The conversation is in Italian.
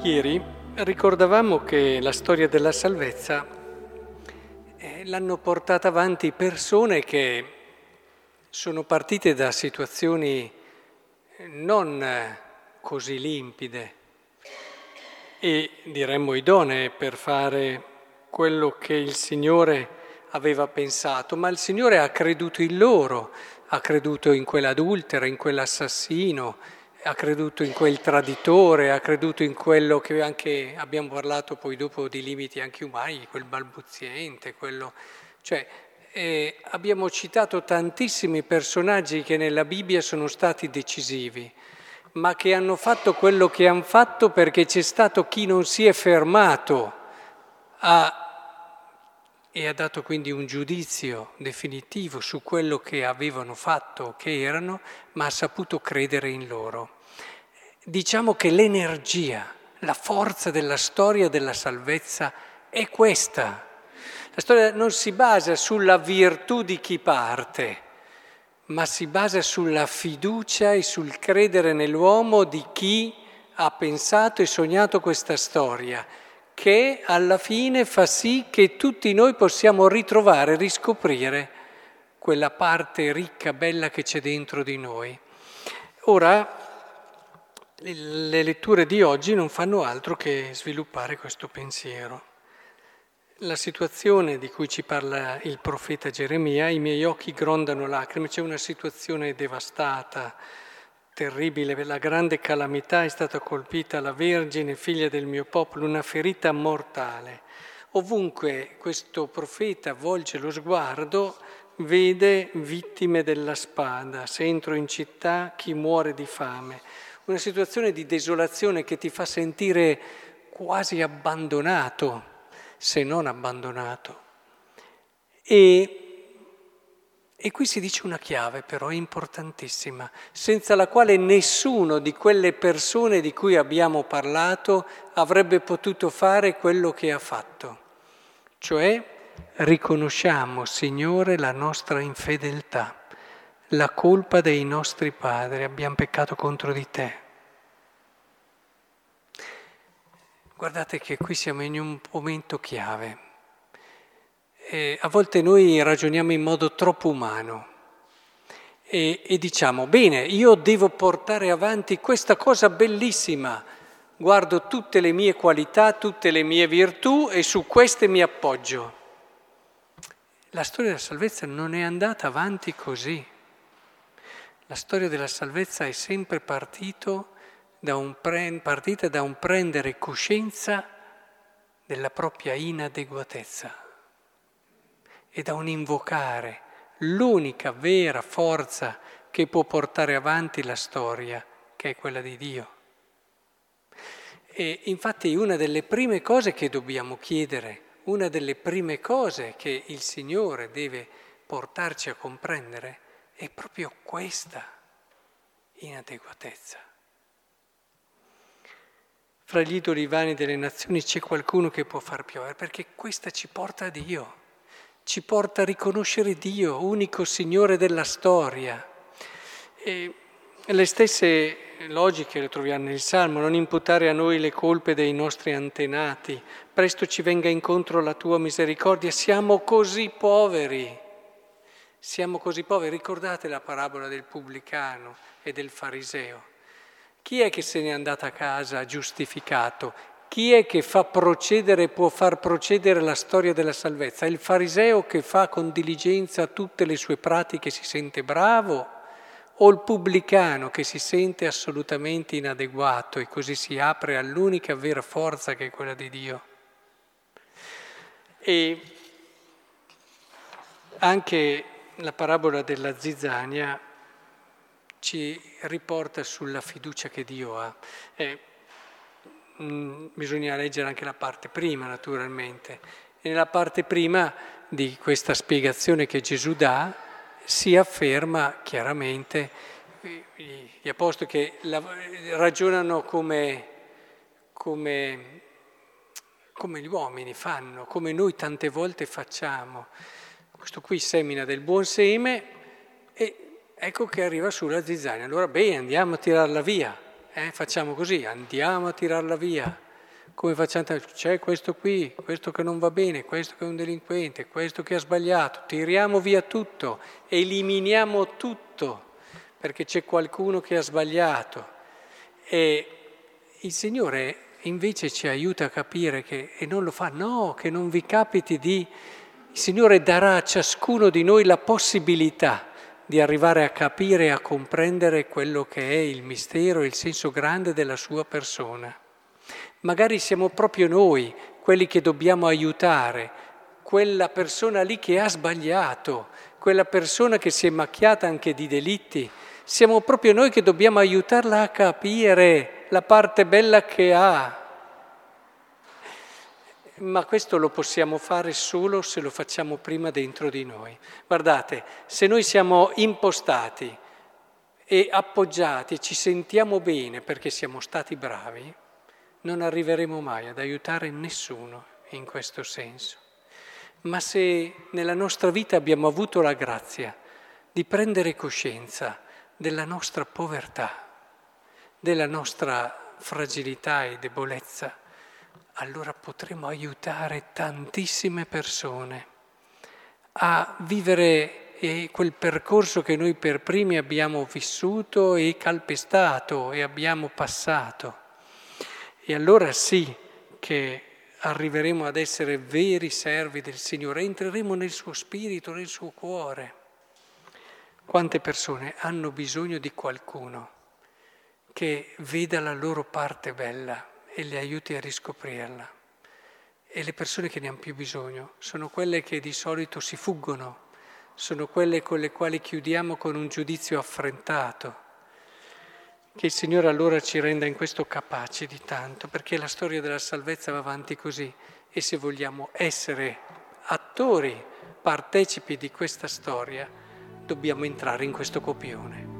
Ieri ricordavamo che la storia della salvezza l'hanno portata avanti persone che sono partite da situazioni non così limpide e diremmo idonee per fare quello che il Signore aveva pensato, ma il Signore ha creduto in loro, ha creduto in quell'adultera, in quell'assassino, ha creduto in quel traditore, ha creduto in quello che anche abbiamo parlato poi dopo di limiti anche umani, quel balbuziente, quello... Cioè, abbiamo citato tantissimi personaggi che nella Bibbia sono stati decisivi, ma che hanno fatto quello che hanno fatto perché c'è stato chi non si è fermato e ha dato quindi un giudizio definitivo su quello che avevano fatto, che erano, ma ha saputo credere in loro. Diciamo che l'energia, la forza della storia della salvezza è questa. La storia non si basa sulla virtù di chi parte, ma si basa sulla fiducia e sul credere nell'uomo di chi ha pensato e sognato questa storia, che alla fine fa sì che tutti noi possiamo ritrovare, riscoprire quella parte ricca, bella che c'è dentro di noi. Ora, le letture di oggi non fanno altro che sviluppare questo pensiero. La situazione di cui ci parla il profeta Geremia, i miei occhi grondano lacrime, c'è una situazione devastata, terribile, la grande calamità, è stata colpita la Vergine, figlia del mio popolo, una ferita mortale. Ovunque questo profeta volge lo sguardo, vede vittime della spada, se entro in città chi muore di fame. Una situazione di desolazione che ti fa sentire quasi abbandonato, se non abbandonato. E qui si dice una chiave però importantissima, senza la quale nessuno di quelle persone di cui abbiamo parlato avrebbe potuto fare quello che ha fatto. Cioè, riconosciamo, Signore, la nostra infedeltà, la colpa dei nostri padri, abbiamo peccato contro di te. Guardate che qui siamo in un momento chiave. A volte noi ragioniamo in modo troppo umano e diciamo, bene, io devo portare avanti questa cosa bellissima, guardo tutte le mie qualità, tutte le mie virtù e su queste mi appoggio. La storia della salvezza non è andata avanti così. La storia della salvezza è sempre partita da un prendere coscienza della propria inadeguatezza e da un invocare l'unica vera forza che può portare avanti la storia, che è quella di Dio. E infatti una delle prime cose che dobbiamo chiedere, una delle prime cose che il Signore deve portarci a comprendere è proprio questa inadeguatezza. Fra gli idoli vani delle nazioni c'è qualcuno che può far piovere, perché questa ci porta a Dio, ci porta a riconoscere Dio, unico Signore della storia. E le stesse logiche le troviamo nel Salmo, non imputare a noi le colpe dei nostri antenati, presto ci venga incontro la tua misericordia, siamo così poveri, ricordate la parabola del pubblicano e del fariseo. Chi è che se n'è andato a casa giustificato? Chi è che può far procedere la storia della salvezza? Il fariseo che fa con diligenza tutte le sue pratiche e si sente bravo? O il pubblicano che si sente assolutamente inadeguato e così si apre all'unica vera forza che è quella di Dio? E anche la parabola della zizzania ci riporta sulla fiducia che Dio ha. Bisogna leggere anche la parte prima, naturalmente. E nella parte prima di questa spiegazione che Gesù dà si afferma chiaramente gli apostoli che ragionano come gli uomini fanno, come noi tante volte facciamo. Questo qui semina del buon seme e ecco che arriva sulla zizzania. Allora bene, andiamo a tirarla via. Facciamo così, andiamo a tirarla via. Come facciamo? C'è questo qui, questo che non va bene, questo che è un delinquente, questo che ha sbagliato, tiriamo via tutto, eliminiamo tutto, perché c'è qualcuno che ha sbagliato. E il Signore invece ci aiuta a capire che, e non lo fa, no, che non vi capiti di... Il Signore darà a ciascuno di noi la possibilità di arrivare a capire e a comprendere quello che è il mistero e il senso grande della sua persona. Magari siamo proprio noi quelli che dobbiamo aiutare quella persona lì che ha sbagliato, quella persona che si è macchiata anche di delitti. Siamo proprio noi che dobbiamo aiutarla a capire la parte bella che ha. Ma questo lo possiamo fare solo se lo facciamo prima dentro di noi. Guardate, se noi siamo impostati e appoggiati, ci sentiamo bene perché siamo stati bravi, non arriveremo mai ad aiutare nessuno in questo senso. Ma se nella nostra vita abbiamo avuto la grazia di prendere coscienza della nostra povertà, della nostra fragilità e debolezza, allora potremo aiutare tantissime persone a vivere quel percorso che noi per primi abbiamo vissuto e calpestato e abbiamo passato. E allora sì che arriveremo ad essere veri servi del Signore, entreremo nel suo spirito, nel suo cuore. Quante persone hanno bisogno di qualcuno che veda la loro parte bella e le aiuti a riscoprirla. E le persone che ne hanno più bisogno sono quelle che di solito si fuggono, sono quelle con le quali chiudiamo con un giudizio affrentato. Che il Signore allora ci renda in questo capaci di tanto, perché la storia della salvezza va avanti così e se vogliamo essere attori, partecipi di questa storia, dobbiamo entrare in questo copione.